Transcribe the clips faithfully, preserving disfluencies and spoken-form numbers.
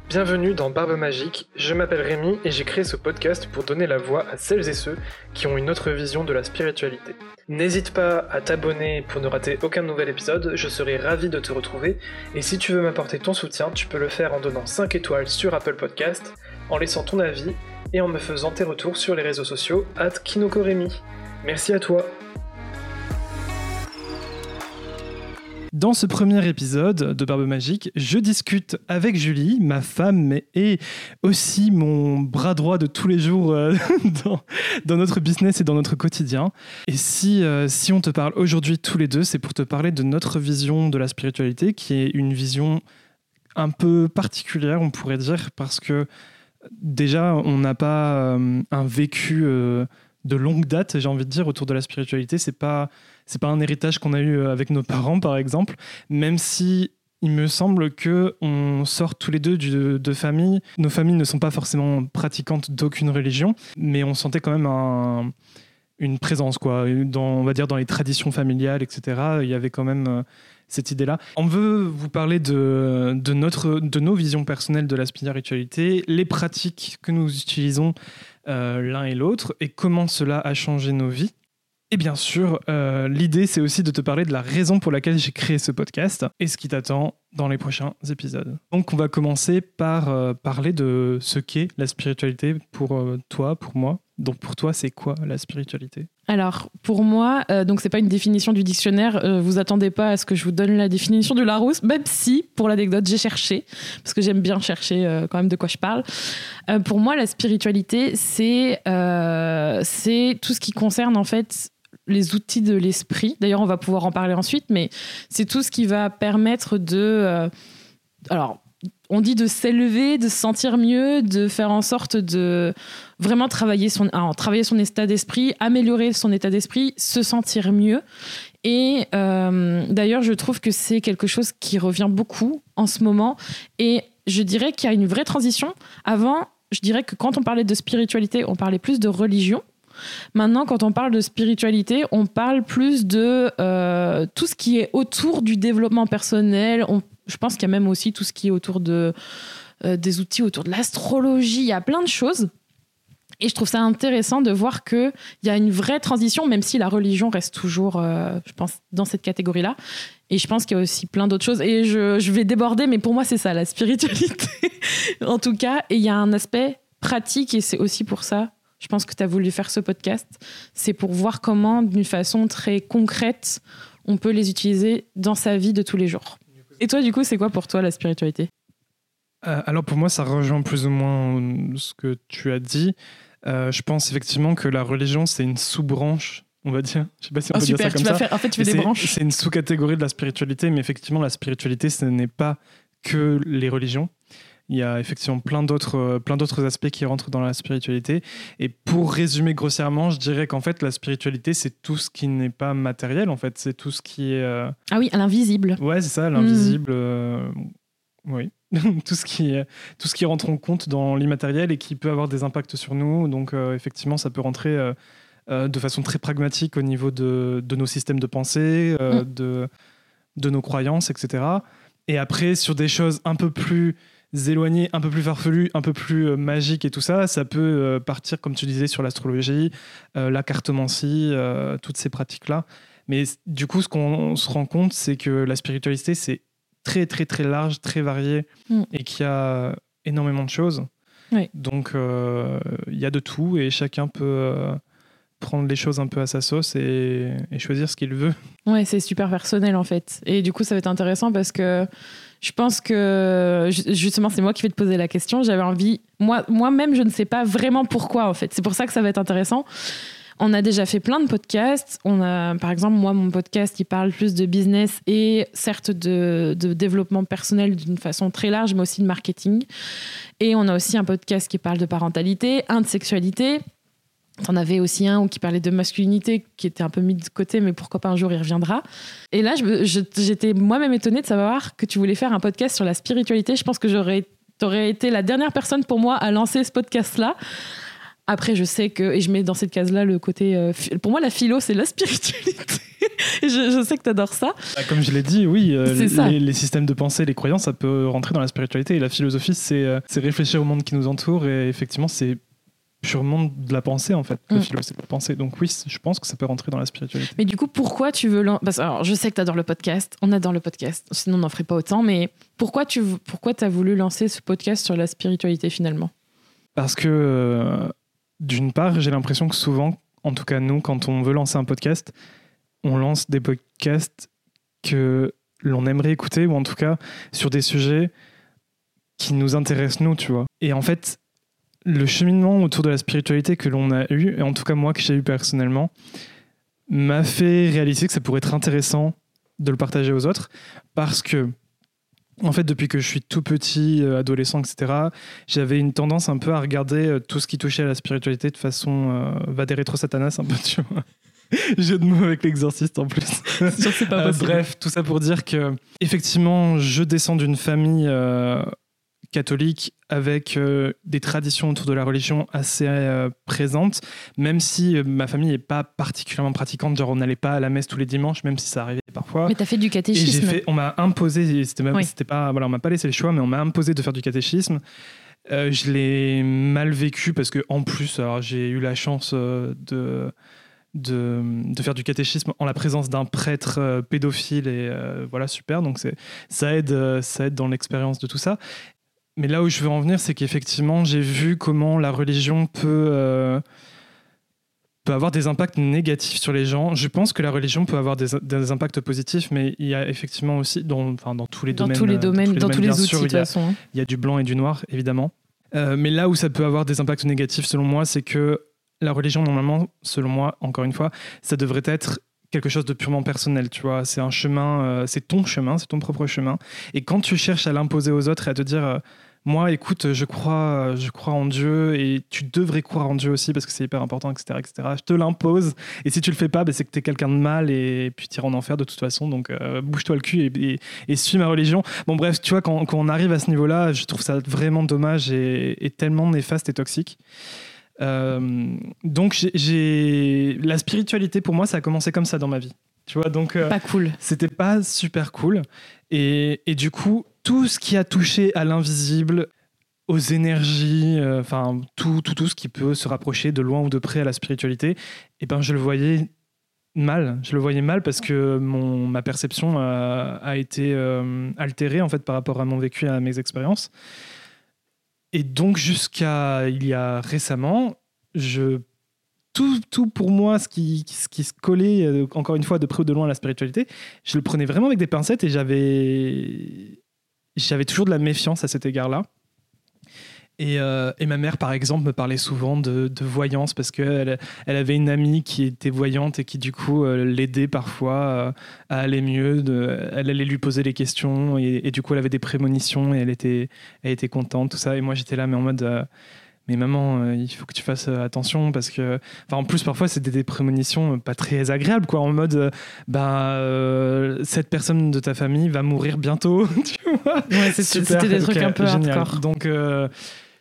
Bienvenue dans Barbe Magique, je m'appelle Rémi et j'ai créé ce podcast pour donner la voix à celles et ceux qui ont une autre vision de la spiritualité. N'hésite pas à t'abonner pour ne rater aucun nouvel épisode, je serai ravi de te retrouver et si tu veux m'apporter ton soutien, tu peux le faire en donnant cinq étoiles sur Apple Podcast, en laissant ton avis et en me faisant tes retours sur les réseaux sociaux arobase kinokoremi. Merci à toi. Dans ce premier épisode de Barbe Magique, je discute avec Julie, ma femme, mais et aussi mon bras droit de tous les jours euh, dans, dans notre business et dans notre quotidien. Et si, euh, si on te parle aujourd'hui tous les deux, c'est pour te parler de notre vision de la spiritualité, qui est une vision un peu particulière, on pourrait dire, parce que déjà, on n'a pas euh, un vécu euh, de longue date, j'ai envie de dire, autour de la spiritualité. C'est pas... C'est pas un héritage qu'on a eu avec nos parents, par exemple, même si il me semble qu'on sort tous les deux de, de familles. Nos familles ne sont pas forcément pratiquantes d'aucune religion, mais on sentait quand même un, une présence, quoi. Dans, on va dire dans les traditions familiales, et cetera. Il y avait quand même cette idée-là. On veut vous parler de, de, notre, de nos visions personnelles de la spiritualité, les pratiques que nous utilisons euh, l'un et l'autre, et comment cela a changé nos vies. Et bien sûr, euh, l'idée, c'est aussi de te parler de la raison pour laquelle j'ai créé ce podcast et ce qui t'attend dans les prochains épisodes. Donc, on va commencer par euh, parler de ce qu'est la spiritualité pour euh, toi, pour moi. Donc, pour toi, c'est quoi la spiritualité ? Alors, pour moi, euh, donc c'est pas une définition du dictionnaire. Euh, vous attendez pas à ce que je vous donne la définition du Larousse, même si, pour l'anecdote, j'ai cherché, parce que j'aime bien chercher euh, quand même de quoi je parle. Euh, pour moi, la spiritualité, c'est, euh, c'est tout ce qui concerne, en fait, les outils de l'esprit. D'ailleurs, on va pouvoir en parler ensuite, mais c'est tout ce qui va permettre de... Euh, alors, on dit de s'élever, de se sentir mieux, de faire en sorte de vraiment travailler son, alors, travailler son état d'esprit, améliorer son état d'esprit, se sentir mieux. Et euh, d'ailleurs, je trouve que c'est quelque chose qui revient beaucoup en ce moment. Et je dirais qu'il y a une vraie transition. Avant, je dirais que quand on parlait de spiritualité, on parlait plus de religion. Maintenant, quand on parle de spiritualité, on parle plus de euh, tout ce qui est autour du développement personnel. On, je pense qu'il y a même aussi tout ce qui est autour de, euh, des outils autour de l'astrologie. Il y a plein de choses. Et je trouve ça intéressant de voir qu'il y a une vraie transition, même si la religion reste toujours, euh, je pense, dans cette catégorie-là. Et je pense qu'il y a aussi plein d'autres choses. Et je, je vais déborder, mais pour moi, c'est ça, la spiritualité. En tout cas, et il y a un aspect pratique, et c'est aussi pour ça je pense que tu as voulu faire ce podcast, c'est pour voir comment, d'une façon très concrète, on peut les utiliser dans sa vie de tous les jours. Et toi, du coup, c'est quoi pour toi la spiritualité ? euh, Alors pour moi, ça rejoint plus ou moins ce que tu as dit. Euh, je pense effectivement que la religion, c'est une sous-branche, on va dire. Je sais pas si on oh, peut super, dire ça comme tu vas ça. Faire, en fait, tu fais c'est, des branches. C'est une sous-catégorie de la spiritualité, mais effectivement, la spiritualité, ce n'est pas que les religions. Il y a effectivement plein d'autres, plein d'autres aspects qui rentrent dans la spiritualité. Et pour résumer grossièrement, je dirais qu'en fait, la spiritualité, c'est tout ce qui n'est pas matériel, en fait. C'est tout ce qui est... Euh... Ah oui, l'invisible. Ouais, c'est ça, l'invisible. Mmh. Euh... Oui. tout, ce qui est... tout ce qui rentre en compte dans l'immatériel et qui peut avoir des impacts sur nous. Donc, euh, effectivement, ça peut rentrer euh, euh, de façon très pragmatique au niveau de, de nos systèmes de pensée, euh, mmh. de, de nos croyances, et cetera. Et après, sur des choses un peu plus... éloigné, un peu plus farfelu, un peu plus euh, magique et tout ça, ça peut euh, partir, comme tu disais, sur l'astrologie, euh, la cartomancie, euh, toutes ces pratiques-là. Mais du coup, ce qu'on se rend compte, c'est que la spiritualité, c'est très, très, très large, très varié mm. et qu'il y a énormément de choses. Oui. Donc, il euh, y a de tout et chacun peut euh, prendre les choses un peu à sa sauce et, et choisir ce qu'il veut. Ouais, c'est super personnel, en fait. Et du coup, ça va être intéressant parce que je pense que, justement, c'est moi qui vais te poser la question. J'avais envie... Moi, moi-même, je ne sais pas vraiment pourquoi, en fait. C'est pour ça que ça va être intéressant. On a déjà fait plein de podcasts. On a, par exemple, moi, mon podcast, il parle plus de business et certes de, de développement personnel d'une façon très large, mais aussi de marketing. Et on a aussi un podcast qui parle de parentalité, un de sexualité. T'en avais aussi un qui parlait de masculinité, qui était un peu mis de côté, mais pourquoi pas un jour il reviendra. Et là, je, je, j'étais moi-même étonnée de savoir que tu voulais faire un podcast sur la spiritualité. Je pense que j'aurais, t'aurais été la dernière personne pour moi à lancer ce podcast-là. Après, je sais que, et je mets dans cette case-là le côté... Euh, pour moi, la philo, c'est la spiritualité. je, je sais que t'adores ça. Bah, comme je l'ai dit, oui, euh, C'est ça. les, les systèmes de pensée, les croyances, ça peut rentrer dans la spiritualité. Et la philosophie, c'est, euh, c'est réfléchir au monde qui nous entoure. Et effectivement, c'est purement de la pensée, en fait. La Mm. philo, c'est de la pensée. Donc oui, je pense que ça peut rentrer dans la spiritualité. Mais du coup, pourquoi tu veux... lan- Parce que, alors, je sais que t'adores le podcast. On adore le podcast. Sinon, on n'en ferait pas autant. Mais pourquoi tu pourquoi t'as voulu lancer ce podcast sur la spiritualité, finalement? Parce que, euh, d'une part, j'ai l'impression que souvent, en tout cas nous, quand on veut lancer un podcast, on lance des podcasts que l'on aimerait écouter, ou en tout cas sur des sujets qui nous intéressent nous, tu vois. Et en fait, le cheminement autour de la spiritualité que l'on a eu, et en tout cas moi que j'ai eu personnellement, m'a fait réaliser que ça pourrait être intéressant de le partager aux autres, parce que en fait, depuis que je suis tout petit, euh, adolescent, et cetera, j'avais une tendance un peu à regarder euh, tout ce qui touchait à la spiritualité de façon euh, va des rétro-satanas, un peu, tu vois. Jeu de mots avec l'exorciste en plus. Sûr, c'est pas Euh, possible. bref, tout ça pour dire que, effectivement, je descends d'une famille euh, catholique avec euh, des traditions autour de la religion assez euh, présentes, même si euh, ma famille n'est pas particulièrement pratiquante, genre on n'allait pas à la messe tous les dimanches, même si ça arrivait parfois. Mais t'as fait du Et j'ai catéchisme. fait, on m'a imposé, c'était même, Oui. c'était pas, voilà, on m'a pas laissé le choix, mais on m'a imposé de faire du catéchisme. Euh, je l'ai mal vécu parce que en plus, alors j'ai eu la chance euh, de, de de faire du catéchisme en la présence d'un prêtre euh, pédophile et euh, voilà, super. Donc c'est, ça aide, euh, ça aide dans l'expérience de tout ça. Mais là où je veux en venir, c'est qu'effectivement, j'ai vu comment la religion peut euh, peut avoir des impacts négatifs sur les gens. Je pense que la religion peut avoir des, des impacts positifs, mais il y a effectivement aussi, dans, enfin, dans tous les Dans domaines, tous les euh, domaines, dans tous les bien outils, sûr, de toute il y a- façon. il y a du blanc et du noir, évidemment. Euh, mais là où ça peut avoir des impacts négatifs, selon moi, c'est que la religion, normalement, selon moi, encore une fois, ça devrait être quelque chose de purement personnel, tu vois. C'est un chemin, euh, c'est ton chemin, c'est ton propre chemin. Et quand tu cherches à l'imposer aux autres et à te dire, euh, moi, écoute, je crois, je crois en Dieu et tu devrais croire en Dieu aussi parce que c'est hyper important, et cetera, et cetera. Je te l'impose. Et si tu le fais pas, bah, c'est que t'es quelqu'un de mal et puis t'iras en enfer de toute façon. Donc, euh, bouge-toi le cul et, et, et suis ma religion. Bon, bref, tu vois, quand, quand on arrive à ce niveau-là, je trouve ça vraiment dommage et, et tellement néfaste et toxique. Euh, donc, j'ai, j'ai... la spiritualité, pour moi, ça a commencé comme ça dans ma vie. Tu vois, donc euh, Pas cool. c'était pas super cool. Et, et du coup, tout ce qui a touché à l'invisible, aux énergies, enfin, tout, tout, tout ce qui peut se rapprocher de loin ou de près à la spiritualité, eh ben, je le voyais mal. Je le voyais mal parce que mon, ma perception a, a été euh, altérée en fait, par rapport à mon vécu et à mes expériences. Et donc, jusqu'à il y a récemment, je, tout, tout pour moi, ce qui, ce qui se collait, euh, encore une fois, de près ou de loin à la spiritualité, je le prenais vraiment avec des pincettes et j'avais, j'avais toujours de la méfiance à cet égard-là. Et, euh, et ma mère, par exemple, me parlait souvent de, de voyance parce qu'elle elle avait une amie qui était voyante et qui, du coup, euh, l'aidait parfois euh, à aller mieux. De, elle allait lui poser les questions et, et du coup, elle avait des prémonitions et elle était, elle était contente, tout ça. Et moi, j'étais là, mais en mode... Euh, mais maman, euh, il faut que tu fasses euh, attention parce que... Enfin, en plus, parfois, c'était des prémonitions euh, pas très agréables, quoi. En mode, euh, ben, euh, cette personne de ta famille va mourir bientôt, tu vois. Ouais, c'est- Super, c'était des trucs ok, un peu génial. hardcore. Donc... Euh,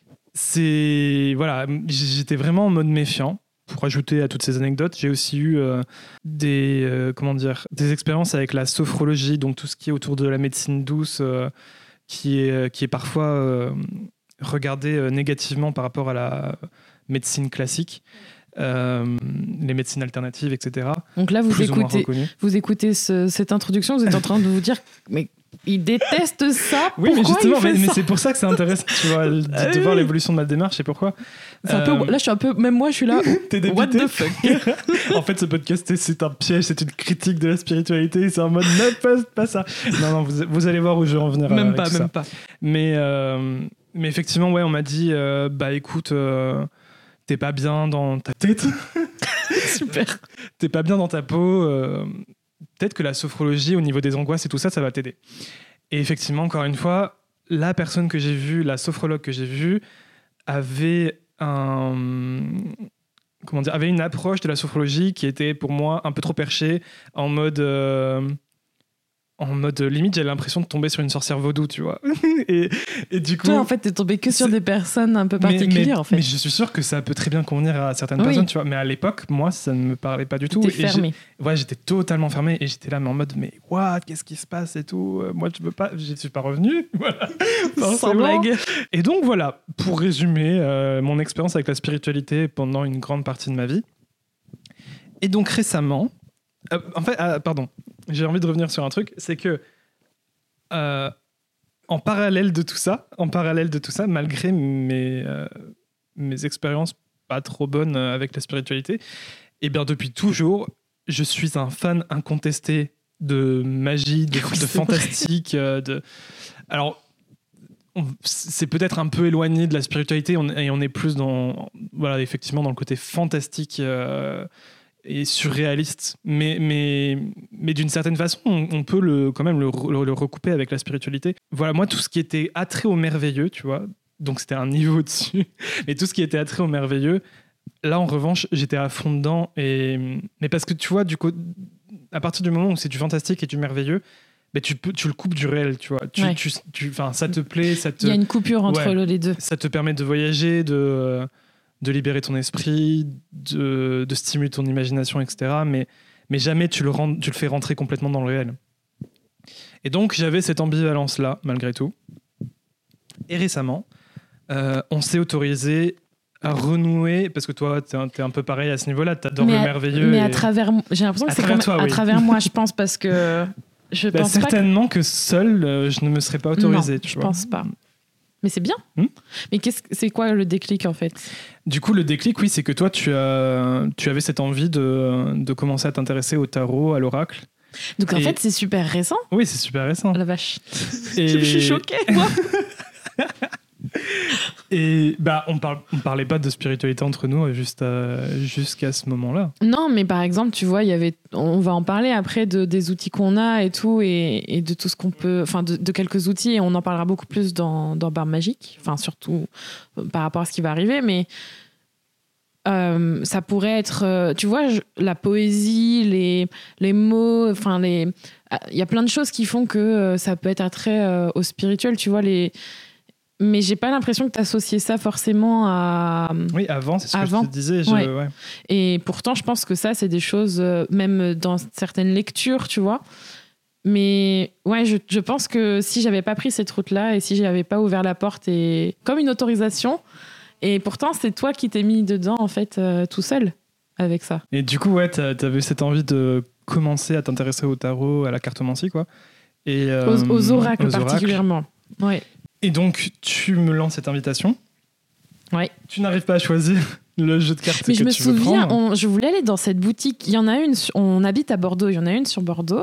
c'est voilà, j'étais vraiment en mode méfiant. Pour ajouter à toutes ces anecdotes, j'ai aussi eu euh, des euh, comment dire des expériences avec la sophrologie, donc tout ce qui est autour de la médecine douce, euh, qui est qui est parfois euh, regardé euh, négativement par rapport à la médecine classique, euh, les médecines alternatives, et cetera. Donc là, vous Plus ou moins écoutez, reconnues. vous écoutez ce- cette introduction, vous êtes en train de vous dire, mais il déteste ça. Oui, mais pourquoi justement, il fait mais, mais ça c'est pour ça que c'est intéressant, tu vois, de, Ah de oui. voir l'évolution de ma démarche et pourquoi. C'est un peu- Euh, Là, je suis un peu. Même moi, je suis là. T'es débité. What the fuck. En fait, ce podcast, c'est un piège, c'est une critique de la spiritualité. C'est en mode, ne pas, pas ça. Non, non, vous, vous allez voir où je vais en venir. Même avec pas, tout même ça. pas. Mais, euh, mais effectivement, ouais, on m'a dit, euh, bah écoute, euh, t'es pas bien dans ta tête. Super. T'es pas bien dans ta peau. euh, Peut-être que la sophrologie, au niveau des angoisses et tout ça, ça va t'aider. Et effectivement, encore une fois, la personne que j'ai vue, la sophrologue que j'ai vue, avait un comment dire, avait une approche de la sophrologie qui était pour moi un peu trop perchée, en mode euh, en mode limite, j'avais l'impression de tomber sur une sorcière vaudou, tu vois. et, et du coup, toi, en fait, t'es tombé que sur des personnes un peu particulières, mais, mais, en fait. Mais je suis sûr que ça peut très bien convenir à certaines oui. personnes, tu vois. Mais à l'époque, moi, ça ne me parlait pas du tout. T'es fermé. Ouais, j'étais totalement fermé et j'étais là, mais en mode, mais what, qu'est-ce qui se passe et tout. Moi, je veux pas, je suis pas revenu. Voilà. Sans blague. Et donc voilà, pour résumer euh, mon expérience avec la spiritualité pendant une grande partie de ma vie. Et donc récemment, euh, en fait, euh, pardon, j'ai envie de revenir sur un truc, c'est que Euh, en parallèle de tout ça, en parallèle de tout ça, malgré mes, euh, mes expériences pas trop bonnes avec la spiritualité, et bien depuis toujours, je suis un fan incontesté de magie, de, oui, de fantastique. Euh, de... Alors, on, c'est peut-être un peu éloigné de la spiritualité, on, et on est plus dans, voilà, effectivement, dans le côté fantastique. Euh, et surréaliste, mais, mais, mais d'une certaine façon, on, on peut le, quand même le, le, le recouper avec la spiritualité. Voilà, moi, tout ce qui était attrait au merveilleux, tu vois, donc c'était un niveau dessus, mais tout ce qui était attrait au merveilleux, là, en revanche, j'étais à fond dedans, et, mais parce que, tu vois, du coup, à partir du moment où c'est du fantastique et du merveilleux, ben tu, peux, tu le coupes du réel, tu vois. Tu, ouais. tu, tu, ça te plaît, ça te... Il y a une coupure entre ouais, les deux. Ça te permet de voyager, de... de libérer ton esprit, de, de stimuler ton imagination, et cetera. Mais, mais jamais tu le, rends, tu le fais rentrer complètement dans le réel. Et donc, j'avais cette ambivalence-là, malgré tout. Et récemment, euh, on s'est autorisé à renouer, parce que toi, t'es un, t'es un peu pareil à ce niveau-là, t'adores mais le à, merveilleux. Mais et... à travers... J'ai l'impression que à c'est comme toi, à oui. travers moi, je pense, parce que je bah, pense certainement pas que... que seul, euh, je ne me serais pas autorisé. Non, tu je vois. pense pas. Mais c'est bien. Hmm Mais qu'est-ce, c'est quoi le déclic en fait ? Du coup, le déclic, oui, c'est que toi, tu, as, tu avais cette envie de, de commencer à t'intéresser au tarot, à l'oracle. Donc en et... fait, c'est super récent. Oui, c'est super récent. La vache. Et... Je suis choquée, moi. Et bah, on parle, on parlait pas de spiritualité entre nous juste à, jusqu'à ce moment-là. Non, mais par exemple, tu vois, il y avait, on va en parler après de, des outils qu'on a et tout, et, et de tout ce qu'on peut, enfin, de, de quelques outils, et on en parlera beaucoup plus dans, dans Barbe Magique, enfin, surtout par rapport à ce qui va arriver, mais euh, ça pourrait être, tu vois, je, la poésie, les, les mots, enfin, les, il y a plein de choses qui font que ça peut être attrait euh, au spirituel, tu vois, les. Mais j'ai pas l'impression que tu associais ça forcément à... Oui, avant, c'est ce avant. que je te disais. Je... Ouais. Ouais. Et pourtant, je pense que ça, c'est des choses, euh, même dans certaines lectures, tu vois. Mais ouais, je, je pense que si j'avais pas pris cette route-là et si j'avais pas ouvert la porte, et comme une autorisation, et pourtant, c'est toi qui t'es mis dedans, en fait, euh, tout seul, avec ça. Et du coup, ouais, t'as, t'avais cette envie de commencer à t'intéresser au tarot, à la cartomancie, quoi. Et, euh, aux, aux oracles, aux particulièrement. Oracles. Ouais. Et donc, tu me lances cette invitation. Ouais. Tu n'arrives pas à choisir le jeu de cartes Mais que je me tu veux souviens, prendre. on, je voulais aller dans cette boutique. Il y en a une, on habite à Bordeaux, il y en a une sur Bordeaux.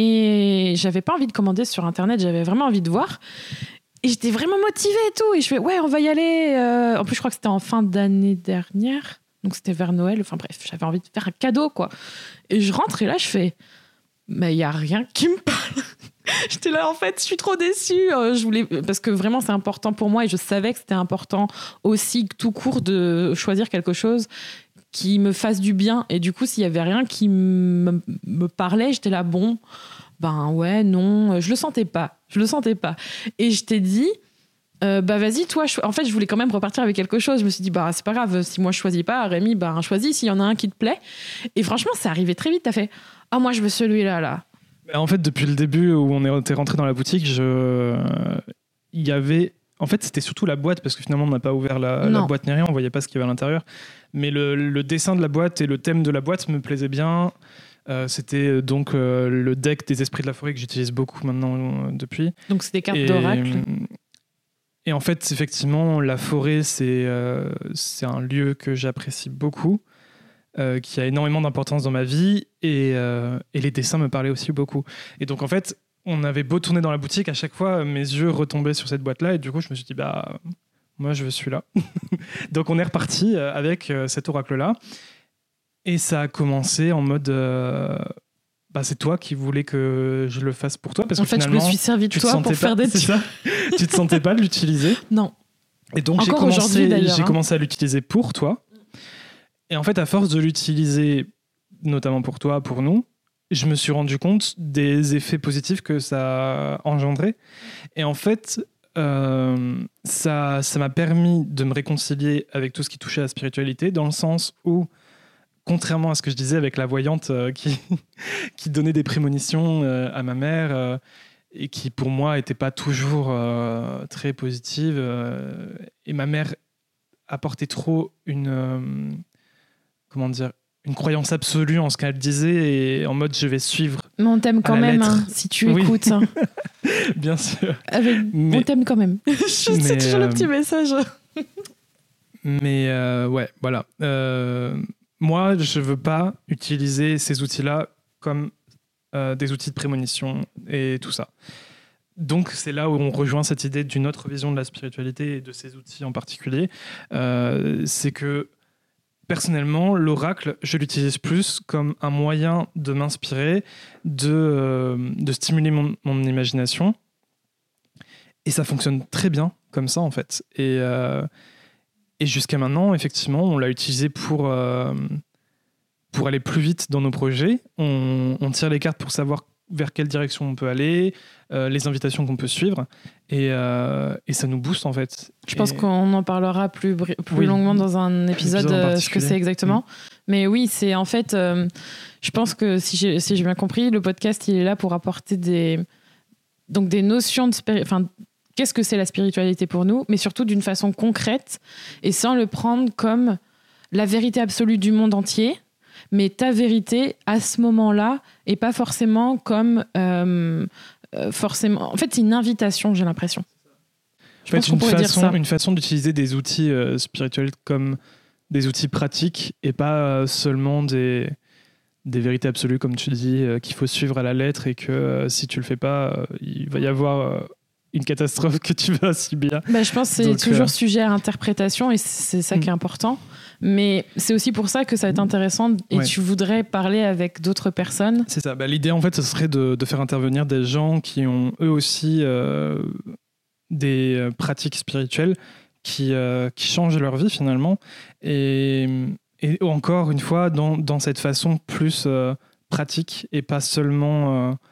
Et j'avais pas envie de commander sur Internet, j'avais vraiment envie de voir. Et j'étais vraiment motivée et tout. Et je fais, ouais, on va y aller. Euh, en plus, je crois que c'était en fin d'année dernière. Donc, c'était vers Noël. Enfin bref, j'avais envie de faire un cadeau, quoi. Et je rentre et là, je fais, mais il n'y a rien qui me parle. J'étais là, en fait, je suis trop déçue. Euh, je voulais... Parce que vraiment, c'est important pour moi et je savais que c'était important aussi, tout court, de choisir quelque chose qui me fasse du bien. Et du coup, s'il y avait rien qui me, me parlait, j'étais là, bon, ben ouais, non, je le sentais pas. Je le sentais pas. Et je t'ai dit, euh, bah vas-y, toi, je... en fait, je voulais quand même repartir avec quelque chose. Je me suis dit, bah c'est pas grave, si moi je choisis pas, Rémi, bah choisis s'il y en a un qui te plaît. Et franchement, c'est arrivé très vite. T'as fait, ah, moi, je veux celui-là, là. En fait, depuis le début où on était rentré dans la boutique, je... il y avait... En fait, c'était surtout la boîte, parce que finalement, on n'a pas ouvert la, la boîte ni rien, on voyait pas ce qu'il y avait à l'intérieur. Mais le, le dessin de la boîte et le thème de la boîte me plaisaient bien. Euh, c'était donc euh, le deck des esprits de la forêt que j'utilise beaucoup maintenant euh, depuis. Donc, c'est des cartes et, d'oracle. Et en fait, effectivement, la forêt, c'est, euh, c'est un lieu que j'apprécie beaucoup. Euh, qui a énormément d'importance dans ma vie et, euh, et les dessins me parlaient aussi beaucoup. Et donc en fait, on avait beau tourner dans la boutique, à chaque fois mes yeux retombaient sur cette boîte-là et du coup je me suis dit bah moi je veux celui-là. Donc on est reparti avec cet oracle-là et ça a commencé en mode euh, bah c'est toi qui voulais que je le fasse pour toi parce en que fait finalement, je me suis servi de toi pour faire des c'est ça tu te sentais pas de l'utiliser. Non. Et donc Encore j'ai commencé, aujourd'hui, d'ailleurs, j'ai hein. commencé à l'utiliser pour toi. Et en fait, à force de l'utiliser, notamment pour toi, pour nous, je me suis rendu compte des effets positifs que ça a engendré. Et en fait, euh, ça, ça m'a permis de me réconcilier avec tout ce qui touchait à la spiritualité, dans le sens où, contrairement à ce que je disais avec la voyante euh, qui, qui donnait des prémonitions euh, à ma mère, euh, et qui pour moi n'était pas toujours euh, très positive, euh, et ma mère apportait trop une... Euh, comment dire une croyance absolue en ce qu'elle disait et en mode je vais suivre. Mais on t'aime quand même, hein, si tu oui. écoutes. Hein. Bien sûr. Avec... Mais... On t'aime quand même. C'est mais, toujours euh... le petit message. Mais euh, ouais, voilà. Euh, moi, je veux pas utiliser ces outils-là comme euh, des outils de prémonition et tout ça. Donc, c'est là où on rejoint cette idée d'une autre vision de la spiritualité et de ces outils en particulier. Euh, c'est que personnellement, l'oracle, je l'utilise plus comme un moyen de m'inspirer, de, euh, de stimuler mon, mon imagination. Et ça fonctionne très bien comme ça, en fait. Et, euh, et jusqu'à maintenant, effectivement, on l'a utilisé pour, euh, pour aller plus vite dans nos projets. On, on tire les cartes pour savoir vers quelle direction on peut aller, euh, les invitations qu'on peut suivre, et, euh, et ça nous booste en fait. Je pense et... qu'on en parlera plus, plus oui, longuement dans un épisode, euh, ce que c'est exactement. Mmh. Mais oui, c'est en fait, euh, je pense que si j'ai, si j'ai bien compris, le podcast il est là pour apporter des, donc des notions de spiri... enfin, qu'est-ce que c'est la spiritualité pour nous, mais surtout d'une façon concrète et sans le prendre comme la vérité absolue du monde entier. Mais ta vérité à ce moment-là et pas forcément comme euh, euh, forcément. En fait, c'est une invitation, j'ai l'impression. Je pense qu'on pourrait dire ça. Une façon d'utiliser des outils euh, spirituels comme des outils pratiques et pas euh, seulement des des vérités absolues, comme tu dis, euh, qu'il faut suivre à la lettre et que euh, si tu le fais pas, euh, il va y avoir euh, une catastrophe que tu vas subir. Bah, je pense que c'est Donc, toujours euh... sujet à interprétation et c'est ça mmh. qui est important. Mais c'est aussi pour ça que ça va être intéressant et ouais. tu voudrais parler avec d'autres personnes. C'est ça. Bah, l'idée, en fait, ce serait de, de faire intervenir des gens qui ont eux aussi euh, des pratiques spirituelles qui, euh, qui changent leur vie finalement. Et, et encore une fois, dans, dans cette façon plus euh, pratique et pas seulement... Euh,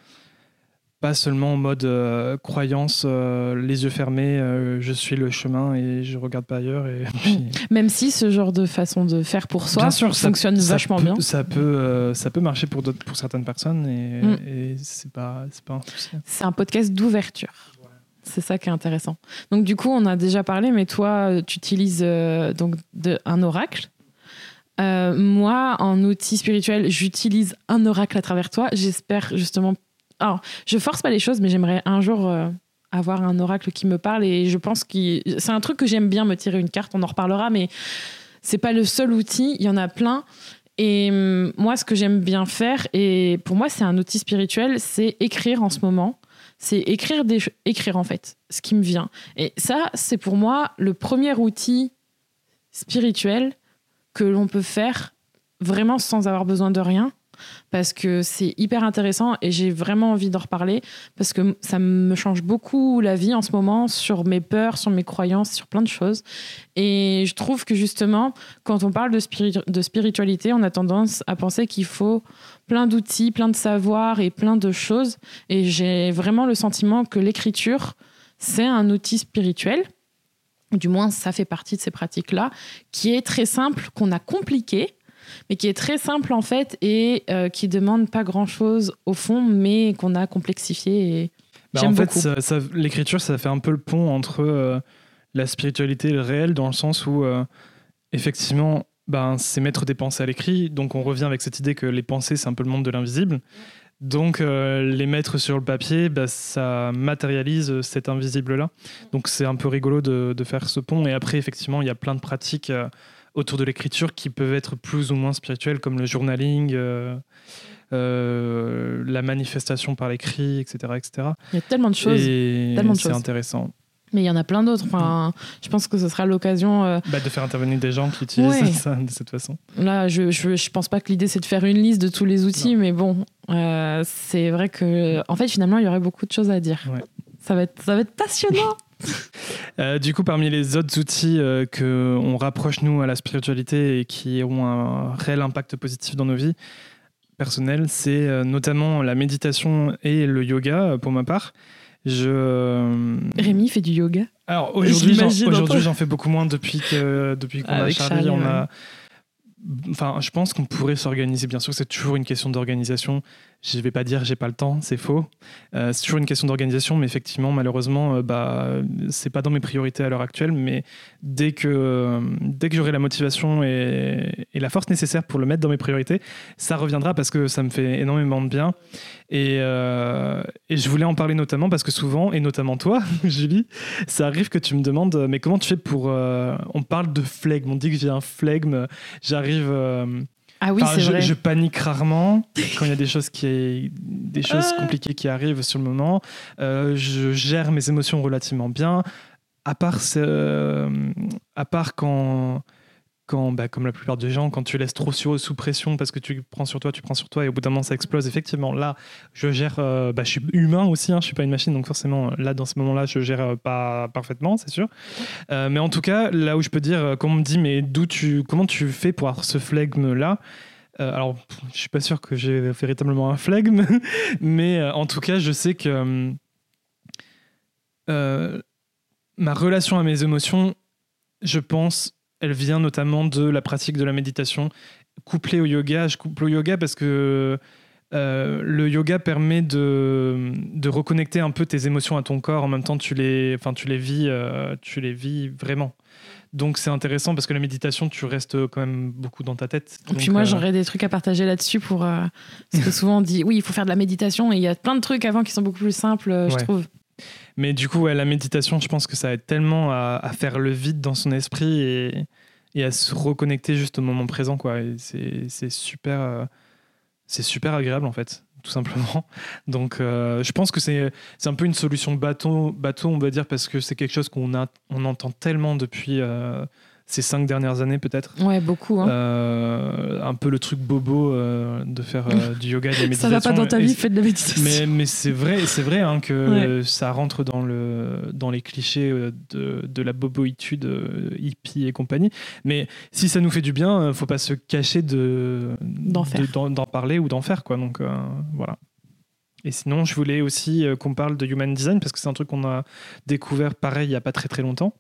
Pas seulement en mode euh, croyance, euh, les yeux fermés, euh, je suis le chemin et je regarde pas ailleurs. Et puis... Même si ce genre de façon de faire pour soi bien sûr, fonctionne ça, vachement ça peut, bien. Ça peut, euh, ça peut marcher pour, pour certaines personnes et, mm. et c'est pas, c'est pas un souci. C'est un podcast d'ouverture. Ouais. C'est ça qui est intéressant. Donc du coup, on a déjà parlé, mais toi, tu utilises euh, donc de, un oracle. Euh, moi, en outil spirituel, j'utilise un oracle à travers toi. J'espère justement... Alors, je force pas les choses, mais j'aimerais un jour euh, avoir un oracle qui me parle et je pense que c'est un truc que j'aime bien, me tirer une carte, on en reparlera, mais c'est pas le seul outil, il y en a plein. Et euh, moi, ce que j'aime bien faire, et pour moi, c'est un outil spirituel, c'est écrire en ce moment. C'est écrire, des... écrire en fait, ce qui me vient. Et ça, c'est pour moi le premier outil spirituel que l'on peut faire vraiment sans avoir besoin de rien. Parce que c'est hyper intéressant et j'ai vraiment envie d'en reparler parce que ça me change beaucoup la vie en ce moment sur mes peurs, sur mes croyances, sur plein de choses. Et je trouve que justement, quand on parle de, spiri- de spiritualité, on a tendance à penser qu'il faut plein d'outils, plein de savoirs et plein de choses. Et j'ai vraiment le sentiment que l'écriture, c'est un outil spirituel. Du moins, ça fait partie de ces pratiques-là, qui est très simple, qu'on a compliqué, mais qui est très simple en fait et euh, qui demande pas grand-chose au fond, mais qu'on a complexifié. Et bah, j'aime en fait, beaucoup. Ça, ça, l'écriture, ça fait un peu le pont entre euh, la spiritualité et le réel, dans le sens où, euh, effectivement, ben, c'est mettre des pensées à l'écrit. Donc, on revient avec cette idée que les pensées, c'est un peu le monde de l'invisible. Donc, euh, les mettre sur le papier, bah, ça matérialise cet invisible-là. Donc, c'est un peu rigolo de, de faire ce pont. Et après, effectivement, il y a plein de pratiques euh, autour de l'écriture qui peuvent être plus ou moins spirituelles, comme le journaling, euh, euh, la manifestation par l'écrit, et cetera, et cetera. Il y a tellement de choses. Et tellement de c'est choses. intéressant. Mais il y en a plein d'autres. Enfin, je pense que ce sera l'occasion... Euh... Bah, de faire intervenir des gens qui utilisent ouais. ça de cette façon. Là, je, je, je pense pas que l'idée, c'est de faire une liste de tous les outils, non. mais bon, euh, c'est vrai que... En fait, finalement, il y aurait beaucoup de choses à dire. Ouais. Ça va être, ça va être passionnant. euh, du coup, parmi les autres outils euh, qu'on rapproche, nous, à la spiritualité et qui ont un réel impact positif dans nos vies, personnelles, c'est euh, notamment la méditation et le yoga euh, pour ma part. Je... euh, Rémi fait du yoga. Alors aujourd'hui, j'en, J'imagine aujourd'hui un peu. j'en fais beaucoup moins depuis, que, depuis qu'on Avec a Charlie. Charlie, on ouais. a... Enfin, je pense qu'on pourrait s'organiser. Bien sûr, c'est toujours une question d'organisation. Je ne vais pas dire j'ai pas le temps, c'est faux. Euh, c'est toujours une question d'organisation, mais effectivement, malheureusement, euh, bah, c'est pas dans mes priorités à l'heure actuelle. Mais dès que, euh, dès que j'aurai la motivation et, et la force nécessaire pour le mettre dans mes priorités, ça reviendra parce que ça me fait énormément de bien. Et, euh, et je voulais en parler notamment parce que souvent, et notamment toi, Julie, ça arrive que tu me demandes, mais comment tu fais pour... Euh, on parle de flegme, on dit que j'ai un flegme, j'arrive... Euh, Ah oui, Enfin, c'est je, vrai. je panique rarement quand il y a des choses, qui, des choses compliquées qui arrivent sur le moment. Euh, je gère mes émotions relativement bien, à part, euh, à part quand, quand bah, comme la plupart des gens, quand tu laisses trop sur, sous pression parce que tu prends sur toi, tu prends sur toi et au bout d'un moment ça explose. Effectivement, là, je gère. Euh, bah, je suis humain aussi, hein, je suis pas une machine, donc forcément, là, dans ce moment-là, je gère euh, pas parfaitement, c'est sûr. Euh, mais en tout cas, là où je peux dire, quand on me dit, mais d'où tu, comment tu fais pour avoir ce flegme-là? Euh, alors, je suis pas sûr que j'ai véritablement un flegme, mais euh, en tout cas, je sais que euh, ma relation à mes émotions, je pense, elle vient notamment de la pratique de la méditation, couplée au yoga. Je couple au yoga parce que euh, le yoga permet de, de reconnecter un peu tes émotions à ton corps. En même temps, tu les, enfin, tu les vis, euh, tu les vis vraiment. Donc c'est intéressant parce que la méditation, tu restes quand même beaucoup dans ta tête. Et puis Donc, moi, euh... j'aurais des trucs à partager là-dessus pour euh, parce que souvent on dit oui, il faut faire de la méditation et il y a plein de trucs avant qui sont beaucoup plus simples, euh, je Ouais. trouve. Mais du coup, ouais, la méditation, je pense que ça aide tellement à, à faire le vide dans son esprit et, et à se reconnecter juste au moment présent, quoi. Et c'est, c'est super, euh, c'est super agréable en fait, tout simplement. Donc, euh, je pense que c'est, c'est un peu une solution bateau, bateau, on va dire, parce que c'est quelque chose qu'on a, on entend tellement depuis euh, ces cinq dernières années, peut-être. Ouais, beaucoup. Hein. Euh, un peu le truc bobo euh, de faire euh, du yoga et de la méditation. Ça va pas dans ta vie, Et, fais de la méditation. mais, mais c'est vrai, c'est vrai hein, que Ouais. ça rentre dans, le, dans les clichés de, de la boboïtude euh, hippie et compagnie. Mais si ça nous fait du bien, euh, faut pas se cacher de, D'en faire. de- d'en, d'en parler ou d'en faire, quoi. Donc euh, voilà. Et sinon, je voulais aussi euh, qu'on parle de Human Design parce que c'est un truc qu'on a découvert pareil il y a pas très très longtemps,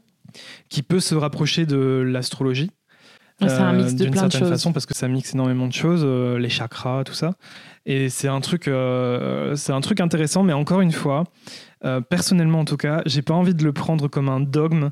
qui peut se rapprocher de l'astrologie. C'est un mix de d'une plein de certaine choses. façon parce que ça mixe énormément de choses, euh, les chakras, tout ça. Et c'est un truc, euh, c'est un truc intéressant, mais encore une fois, euh, personnellement en tout cas, j'ai pas envie de le prendre comme un dogme,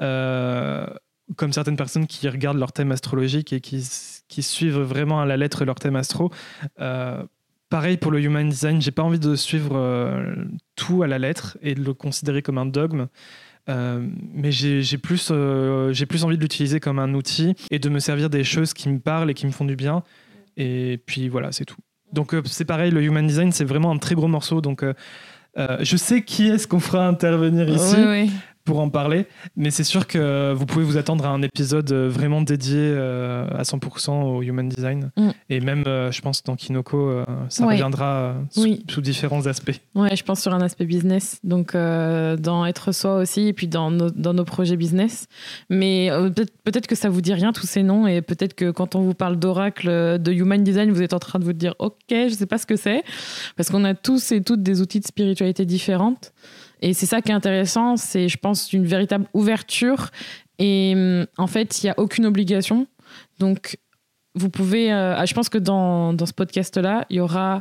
euh, comme certaines personnes qui regardent leur thème astrologique et qui, qui suivent vraiment à la lettre leur thème astro. Euh, pareil pour le Human Design, j'ai pas envie de suivre euh, tout à la lettre et de le considérer comme un dogme. Euh, mais j'ai, j'ai, plus, euh, j'ai plus envie de l'utiliser comme un outil et de me servir des choses qui me parlent et qui me font du bien. Et puis voilà, c'est tout. Donc euh, c'est pareil, le Human Design, c'est vraiment un très gros morceau. Donc euh, euh, je sais qui est-ce qu'on fera intervenir ici Ouais, ouais. pour en parler, mais c'est sûr que vous pouvez vous attendre à un épisode vraiment dédié euh, à cent pour cent au Human Design. Mm. Et même, euh, je pense, dans Kinoko, euh, ça Ouais. reviendra euh, sous, Oui. sous différents aspects. Ouais, je pense sur un aspect business, donc euh, dans être soi aussi, et puis dans nos, dans nos projets business. Mais euh, peut-être, peut-être que ça vous dit rien tous ces noms, et peut-être que quand on vous parle d'oracle, euh, de Human Design, vous êtes en train de vous dire ok, je sais pas ce que c'est, parce qu'on a tous et toutes des outils de spiritualité différentes. Et c'est ça qui est intéressant, c'est, je pense, une véritable ouverture. Et hum, en fait, il n'y a aucune obligation. Donc, vous pouvez... euh, ah, je pense que dans, dans ce podcast-là, il y aura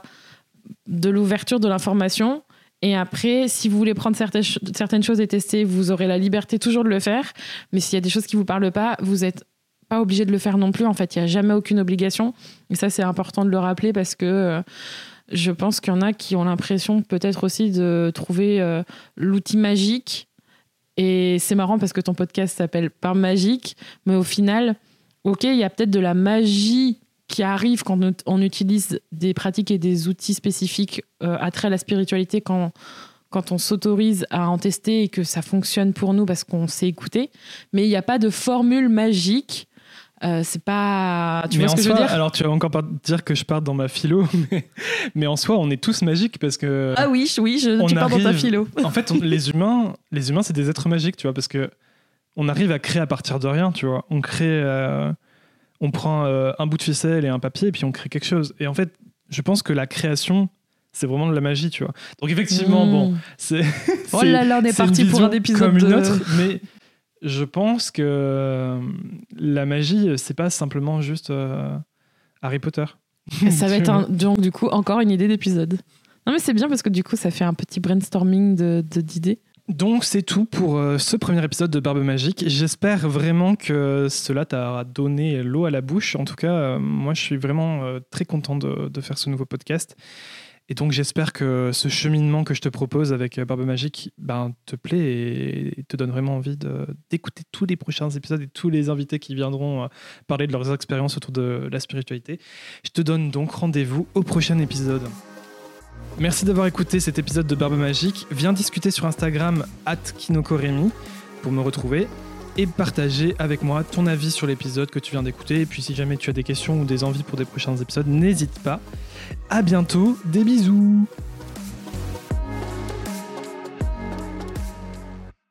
de l'ouverture de l'information. Et après, si vous voulez prendre certaines, ch- certaines choses et tester, vous aurez la liberté toujours de le faire. Mais s'il y a des choses qui ne vous parlent pas, vous n'êtes pas obligé de le faire non plus. En fait, il n'y a jamais aucune obligation. Et ça, c'est important de le rappeler parce que... euh, je pense qu'il y en a qui ont l'impression peut-être aussi de trouver euh, l'outil magique. Et c'est marrant parce que ton podcast s'appelle Par Magique. Mais au final, ok, il y a peut-être de la magie qui arrive quand on utilise des pratiques et des outils spécifiques euh, attrait à la spiritualité quand, quand on s'autorise à en tester et que ça fonctionne pour nous parce qu'on sait écouter. Mais il n'y a pas de formule magique. Euh, c'est pas... Tu mais vois ce en que soi, je veux dire? alors tu vas encore pas dire que je parte dans ma philo, mais, mais en soi, on est tous magiques parce que... Ah oui, je- oui je, on tu pars dans ta arrive- philo. En fait, on- les humains, les humains, c'est des êtres magiques, tu vois, parce que on arrive à créer à partir de rien, tu vois. On crée, euh, on prend euh, un bout de ficelle et un papier et puis on crée quelque chose. Et en fait, je pense que la création, c'est vraiment de la magie, tu vois. Donc effectivement, mmh. bon, c'est, c'est... Oh là là, on est parti pour un épisode comme de... une autre, mais je pense que la magie, c'est pas simplement juste euh, Harry Potter. Ça va être un, donc du coup encore une idée d'épisode. Non mais c'est bien parce que du coup ça fait un petit brainstorming de, de, d'idées. Donc c'est tout pour euh, ce premier épisode de Barbe Magique. J'espère vraiment que cela t'a donné l'eau à la bouche. En tout cas, euh, moi je suis vraiment euh, très content de, de faire ce nouveau podcast. Et donc j'espère que ce cheminement que je te propose avec Barbe Magique ben, te plaît et te donne vraiment envie de, d'écouter tous les prochains épisodes et tous les invités qui viendront parler de leurs expériences autour de la spiritualité. Je te donne donc rendez-vous au prochain épisode. Merci d'avoir écouté cet épisode de Barbe Magique. Viens discuter sur Instagram arobase kinokoremi pour me retrouver et partager avec moi ton avis sur l'épisode que tu viens d'écouter. Et puis si jamais tu as des questions ou des envies pour des prochains épisodes, n'hésite pas. À bientôt, des bisous.